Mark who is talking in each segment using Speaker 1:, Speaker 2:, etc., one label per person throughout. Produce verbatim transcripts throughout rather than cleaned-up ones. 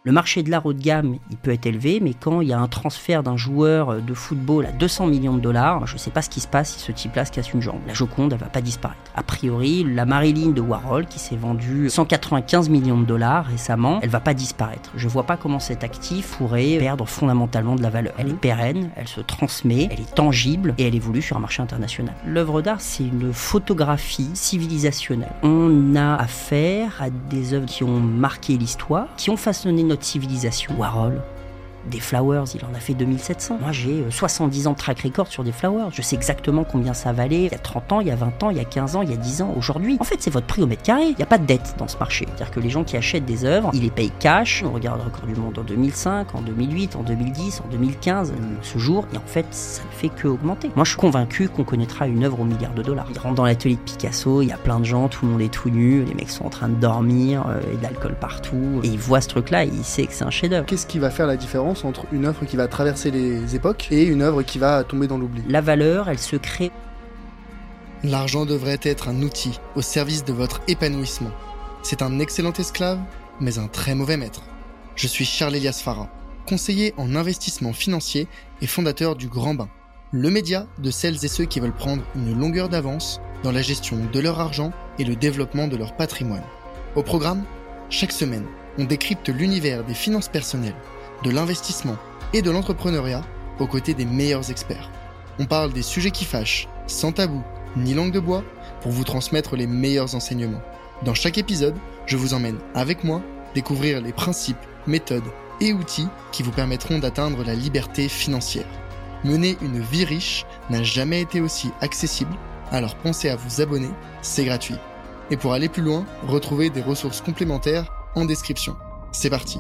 Speaker 1: Le marché de l'art haut de gamme, il peut être élevé, mais quand il y a un transfert d'un joueur de football à deux cents millions de dollars, je ne sais pas ce qui se passe si ce type-là se casse une jambe. La Joconde, elle ne va pas disparaître. A priori, la Marilyn de Warhol, qui s'est vendue cent quatre-vingt-quinze millions de dollars récemment, elle ne va pas disparaître. Je ne vois pas comment cet actif pourrait perdre fondamentalement de la valeur. Elle est pérenne, elle se transmet, elle est tangible et elle évolue sur un marché international. L'œuvre d'art, c'est une photographie civilisationnelle. On a affaire à des œuvres qui ont marqué l'histoire, qui ont façonné notre civilisation. Warhol, des Flowers, il en a fait deux mille sept cents. Moi, j'ai soixante-dix ans de track record sur des Flowers. Je sais exactement combien ça valait il y a trente ans, il y a vingt ans, il y a quinze ans, il y a dix ans, aujourd'hui. En fait, c'est votre prix au mètre carré. Il n'y a pas de dette dans ce marché. C'est-à-dire que les gens qui achètent des œuvres, ils les payent cash. On regarde le record du monde en deux mille cinq, en deux mille huit, en deux mille dix, en deux mille quinze, ce jour, et en fait, ça ne fait que augmenter. Moi, je suis convaincu qu'on connaîtra une œuvre au milliard de dollars. Il rentre dans l'atelier de Picasso, il y a plein de gens, tout le monde est tout nu, les mecs sont en train de dormir, euh, et de l'alcool partout, et il voit ce truc-là, et il sait que c'est un chef-d'œuvre.
Speaker 2: Qu'est-ce qui va faire la différence entre une œuvre qui va traverser les époques et une œuvre qui va tomber dans l'oubli?
Speaker 1: La valeur, elle se crée.
Speaker 3: L'argent devrait être un outil au service de votre épanouissement. C'est un excellent esclave, mais un très mauvais maître. Je suis Charles-Elias Farah, conseiller en investissement financier et fondateur du Grand Bain, le média de celles et ceux qui veulent prendre une longueur d'avance dans la gestion de leur argent et le développement de leur patrimoine. Au programme, chaque semaine, on décrypte l'univers des finances personnelles, de l'investissement et de l'entrepreneuriat aux côtés des meilleurs experts. On parle des sujets qui fâchent, sans tabou ni langue de bois, pour vous transmettre les meilleurs enseignements. Dans chaque épisode, je vous emmène avec moi découvrir les principes, méthodes et outils qui vous permettront d'atteindre la liberté financière. Mener une vie riche n'a jamais été aussi accessible, alors pensez à vous abonner, c'est gratuit. Et pour aller plus loin, retrouvez des ressources complémentaires en description. C'est parti.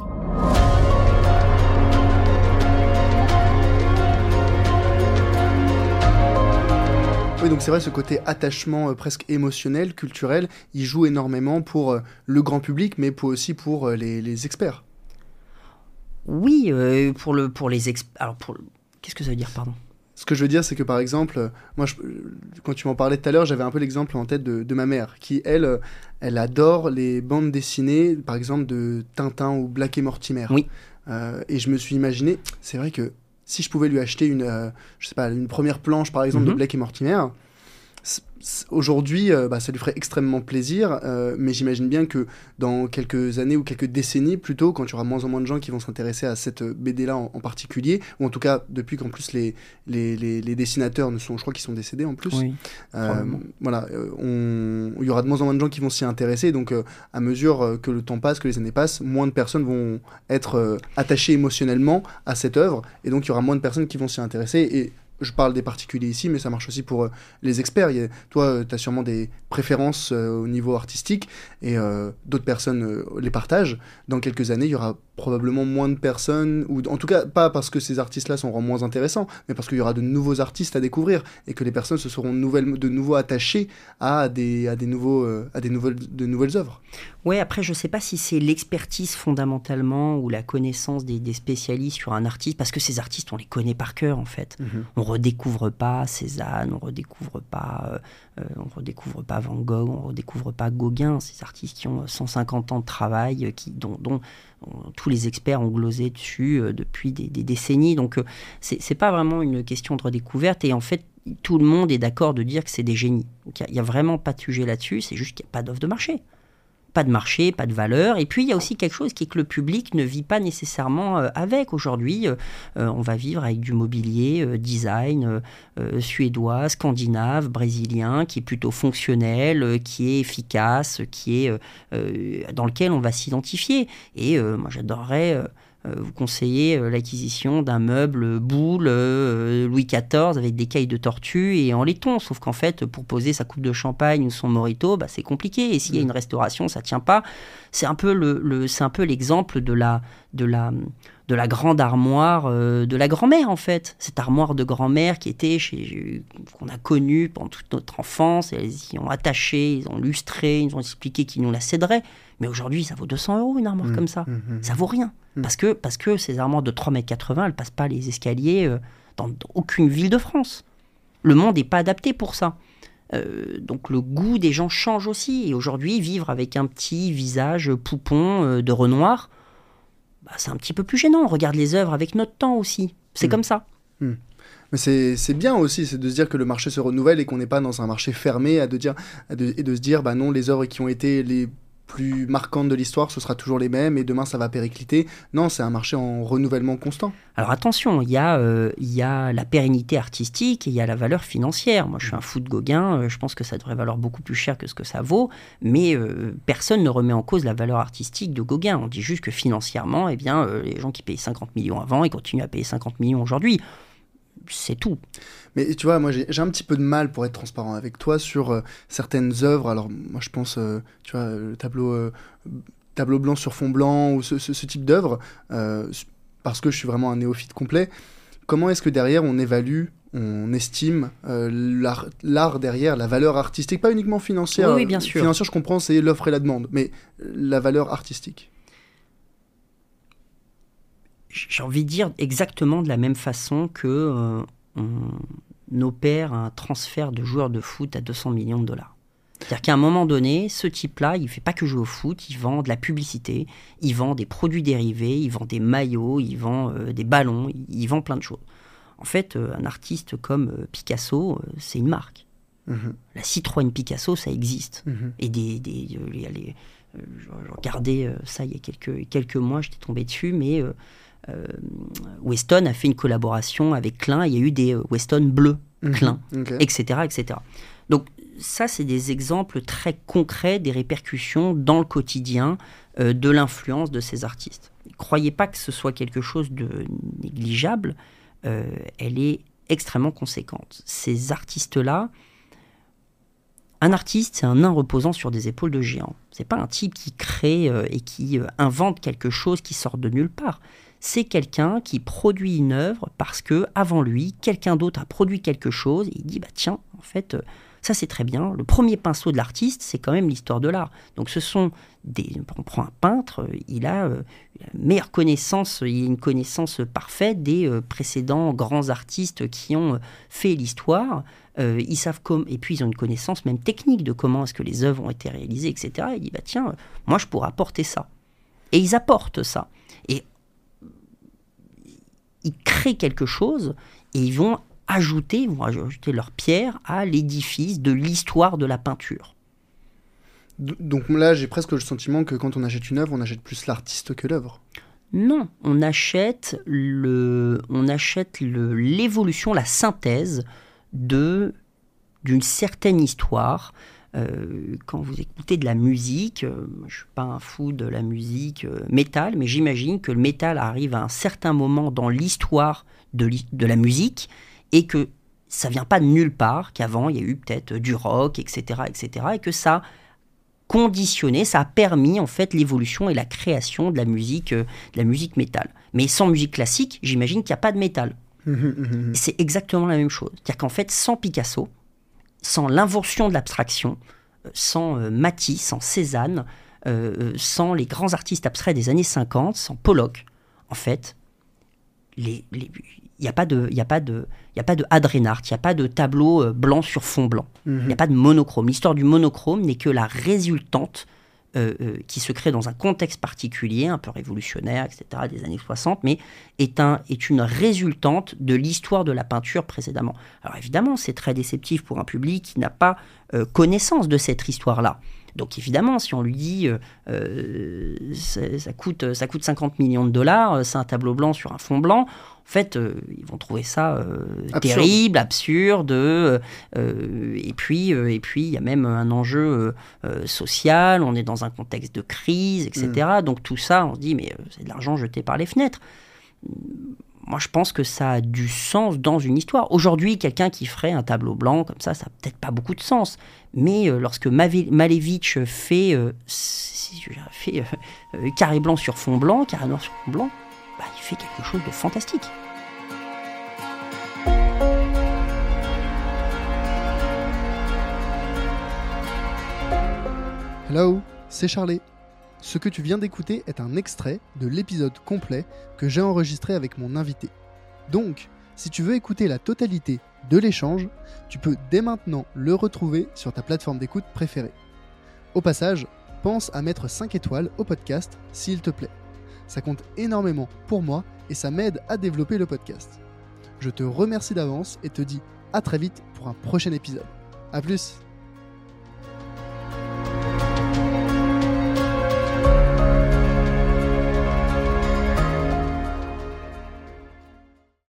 Speaker 2: Oui, donc c'est vrai, ce côté attachement euh, presque émotionnel, culturel, il joue énormément pour euh, le grand public, mais pour, aussi pour euh, les, les experts.
Speaker 1: Oui, euh, pour, le, pour les experts... Alors, pour le... qu'est-ce que ça veut dire, pardon?
Speaker 2: Ce que je veux dire, c'est que par exemple, euh, moi, je, quand tu m'en parlais tout à l'heure, j'avais un peu l'exemple en tête de, de ma mère, qui, elle, euh, elle adore les bandes dessinées, par exemple, de Tintin ou Black et Mortimer.
Speaker 1: Oui.
Speaker 2: Euh, et je me suis imaginé, c'est vrai que si je pouvais lui acheter une, euh, je sais pas, une première planche, par exemple, mm-hmm. de Black et Mortimer, c- c- aujourd'hui, euh, bah, ça lui ferait extrêmement plaisir, euh, mais j'imagine bien que dans quelques années ou quelques décennies, plutôt, quand il y aura moins en moins de gens qui vont s'intéresser à cette B D-là en, en particulier, ou en tout cas, depuis qu'en plus les, les, les, les dessinateurs ne sont, je crois qu'ils sont décédés en plus,
Speaker 1: oui,
Speaker 2: euh, voilà, euh, on, il y aura de moins en moins de gens qui vont s'y intéresser, donc euh, à mesure euh, que le temps passe, que les années passent, moins de personnes vont être euh, attachées émotionnellement à cette œuvre, et donc il y aura moins de personnes qui vont s'y intéresser, et je parle des particuliers ici, mais ça marche aussi pour euh, les experts. Il y a, toi, euh, tu as sûrement des préférences euh, au niveau artistique, et euh, d'autres personnes euh, les partagent. Dans quelques années, il y aura probablement moins de personnes, ou en tout cas pas parce que ces artistes-là seront moins intéressants, mais parce qu'il y aura de nouveaux artistes à découvrir, et que les personnes se seront nouvelles, de nouveau attachées à des, à des, nouveaux, euh, à des nouvelles, de nouvelles œuvres.
Speaker 1: Ouais, après, je ne sais pas si c'est l'expertise fondamentalement ou la connaissance des, des spécialistes sur un artiste, parce que ces artistes, on les connaît par cœur, en fait. Mm-hmm. On ne redécouvre pas Cézanne, on ne redécouvre pas, euh, on redécouvre pas Van Gogh, on ne redécouvre pas Gauguin, ces artistes qui ont cent cinquante ans de travail, qui, dont, dont on, tous les experts ont glosé dessus euh, depuis des, des décennies. Donc, euh, ce n'est pas vraiment une question de redécouverte. Et en fait, tout le monde est d'accord de dire que c'est des génies. Donc, il n'y a, a vraiment pas de sujet là-dessus, c'est juste qu'il n'y a pas d'offre de marché. Pas de marché, pas de valeur. Et puis, il y a aussi quelque chose qui est que le public ne vit pas nécessairement euh, avec. Aujourd'hui, euh, on va vivre avec du mobilier, euh, design, euh, suédois, scandinave, brésilien, qui est plutôt fonctionnel, euh, qui est efficace, qui est, euh, euh, dans lequel on va s'identifier. Et euh, moi, j'adorerais... Euh, vous conseillez l'acquisition d'un meuble boule euh, Louis quatorze avec des cailles de tortue et en laiton. Sauf qu'en fait, pour poser sa coupe de champagne ou son mojito, bah, c'est compliqué. Et s'il y a une restauration, ça ne tient pas. C'est un peu, le, le, c'est un peu l'exemple de la, de la, de la grande armoire euh, de la grand-mère, en fait. Cette armoire de grand-mère qui était chez, qu'on a connue pendant toute notre enfance. Et ils y ont attaché, ils ont lustré, ils ont expliqué qu'ils nous la céderaient. Mais aujourd'hui, ça vaut deux cents euros une armoire mmh, comme ça. Mmh, mmh. Ça vaut rien. Mmh. Parce que, parce que ces armoires de trois mètres quatre-vingts, elles ne passent pas les escaliers euh, dans aucune ville de France. Le monde n'est pas adapté pour ça. Euh, donc le goût des gens change aussi. Et aujourd'hui, vivre avec un petit visage poupon euh, de Renoir, bah, c'est un petit peu plus gênant. On regarde les œuvres avec notre temps aussi. C'est mmh. comme ça.
Speaker 2: Mmh. Mais c'est, c'est bien aussi, c'est de se dire que le marché se renouvelle et qu'on n'est pas dans un marché fermé à de dire, à de, et de se dire, bah non, les œuvres qui ont été les plus marquantes de l'histoire, ce sera toujours les mêmes et demain ça va péricliter. Non, c'est un marché en renouvellement constant.
Speaker 1: Alors attention, il y a, euh, il y a la pérennité artistique et il y a la valeur financière. Moi je suis un fou de Gauguin, euh, je pense que ça devrait valoir beaucoup plus cher que ce que ça vaut, mais euh, personne ne remet en cause la valeur artistique de Gauguin. On dit juste que financièrement, eh bien, euh, les gens qui payaient cinquante millions avant, ils continuent à payer cinquante millions aujourd'hui. C'est tout.
Speaker 2: Mais tu vois, moi j'ai, j'ai un petit peu de mal pour être transparent avec toi sur euh, certaines œuvres. Alors moi je pense, euh, tu vois, le tableau, euh, tableau blanc sur fond blanc ou ce, ce, ce type d'œuvre, euh, parce que je suis vraiment un néophyte complet. Comment est-ce que derrière on évalue, on estime euh, l'art, l'art derrière, la valeur artistique, pas uniquement financière.
Speaker 1: Oui, oui, bien sûr.
Speaker 2: Financière, je comprends, c'est l'offre et la demande, mais la valeur artistique.
Speaker 1: J'ai envie de dire exactement de la même façon que euh, on opère un transfert de joueurs de foot à deux cents millions de dollars. C'est-à-dire qu'à un moment donné, ce type-là, il ne fait pas que jouer au foot, il vend de la publicité, il vend des produits dérivés, il vend des maillots, il vend euh, des ballons, il, il vend plein de choses. En fait, euh, un artiste comme euh, Picasso, euh, c'est une marque. Mmh. La Citroën Picasso, ça existe. Mmh. Et des, des, euh, les, les, euh, je regardais euh, ça il y a quelques, quelques mois, j'étais tombé dessus, mais... Euh, Euh, Weston a fait une collaboration avec Klein, il y a eu des Weston bleus Klein, mmh, okay. et cetera, et cetera. Donc ça, c'est des exemples très concrets des répercussions dans le quotidien euh, de l'influence de ces artistes. Ne croyez pas que ce soit quelque chose de négligeable, euh, elle est extrêmement conséquente. Ces artistes-là, un artiste, c'est un nain reposant sur des épaules de géant. C'est pas un type qui crée euh, et qui euh, invente quelque chose qui sort de nulle part. C'est quelqu'un qui produit une œuvre parce que avant lui, quelqu'un d'autre a produit quelque chose et il dit bah tiens, en fait, euh, ça c'est très bien. Le premier pinceau de l'artiste, c'est quand même l'histoire de l'art. Donc ce sont des, on prend un peintre, il a euh, la meilleure connaissance, il a une connaissance parfaite des euh, précédents grands artistes qui ont euh, fait l'histoire. Euh, ils savent comme, et puis ils ont une connaissance même technique de comment est-ce que les œuvres ont été réalisées, et cetera. Il dit bah tiens, moi je pourrais apporter ça. Et ils apportent ça. Et ils créent quelque chose et ils vont ajouter, ils vont ajouter leur pierre à l'édifice de l'histoire de la peinture.
Speaker 2: Donc là, j'ai presque le sentiment que quand on achète une œuvre, on achète plus l'artiste que l'œuvre.
Speaker 1: Non, on achète, le, on achète le, l'évolution, la synthèse de, d'une certaine histoire. Euh, quand vous écoutez de la musique, euh, je ne suis pas un fou de la musique euh, métal, mais j'imagine que le métal arrive à un certain moment dans l'histoire de, de la musique et que ça ne vient pas de nulle part, qu'avant il y a eu peut-être du rock, et cetera, et cetera, et que ça a conditionné, ça a permis en fait l'évolution et la création de la musique, euh, de la musique métal. Mais sans musique classique, j'imagine qu'il n'y a pas de métal. C'est exactement la même chose. C'est-à-dire qu'en fait, sans Picasso, sans l'invention de l'abstraction, sans euh, Matisse, sans Cézanne, euh, sans les grands artistes abstraits des années cinquante, sans Pollock, en fait, il n'y a pas de, y a pas de, y a pas de Hadrenart, il n'y a pas de tableau euh, blanc sur fond blanc, il n'y mm-hmm. a pas de monochrome. L'histoire du monochrome n'est que la résultante euh, euh, qui se crée dans un contexte particulier, un peu révolutionnaire, et cetera, des années soixante, mais est, un, est une résultante de l'histoire de la peinture précédemment. Alors évidemment, c'est très déceptif pour un public qui n'a pas euh, connaissance de cette histoire-là. Donc évidemment, si on lui dit euh, euh, ça, ça, coûte, ça coûte cinquante millions de dollars, c'est un tableau blanc sur un fond blanc, en fait, euh, ils vont trouver ça euh, absurde. terrible, absurde. Euh, euh, et puis, euh, et puis, il y a même un enjeu euh, social. On est dans un contexte de crise, et cetera. Mmh. Donc tout ça, on se dit, mais euh, c'est de l'argent jeté par les fenêtres. Moi, je pense que ça a du sens dans une histoire. Aujourd'hui, quelqu'un qui ferait un tableau blanc comme ça, ça n'a peut-être pas beaucoup de sens. Mais euh, lorsque Mavé- Malevich fait, euh, fait euh, euh, carré blanc sur fond blanc, carré noir sur fond blanc, bah, il fait quelque chose de fantastique.
Speaker 3: Hello, c'est Charlie. Ce que tu viens d'écouter est un extrait de l'épisode complet que j'ai enregistré avec mon invité. Donc, si tu veux écouter la totalité de l'échange, tu peux dès maintenant le retrouver sur ta plateforme d'écoute préférée. Au passage, pense à mettre cinq étoiles au podcast s'il te plaît. Ça compte énormément pour moi et ça m'aide à développer le podcast. Je te remercie d'avance et te dis à très vite pour un prochain épisode. A plus!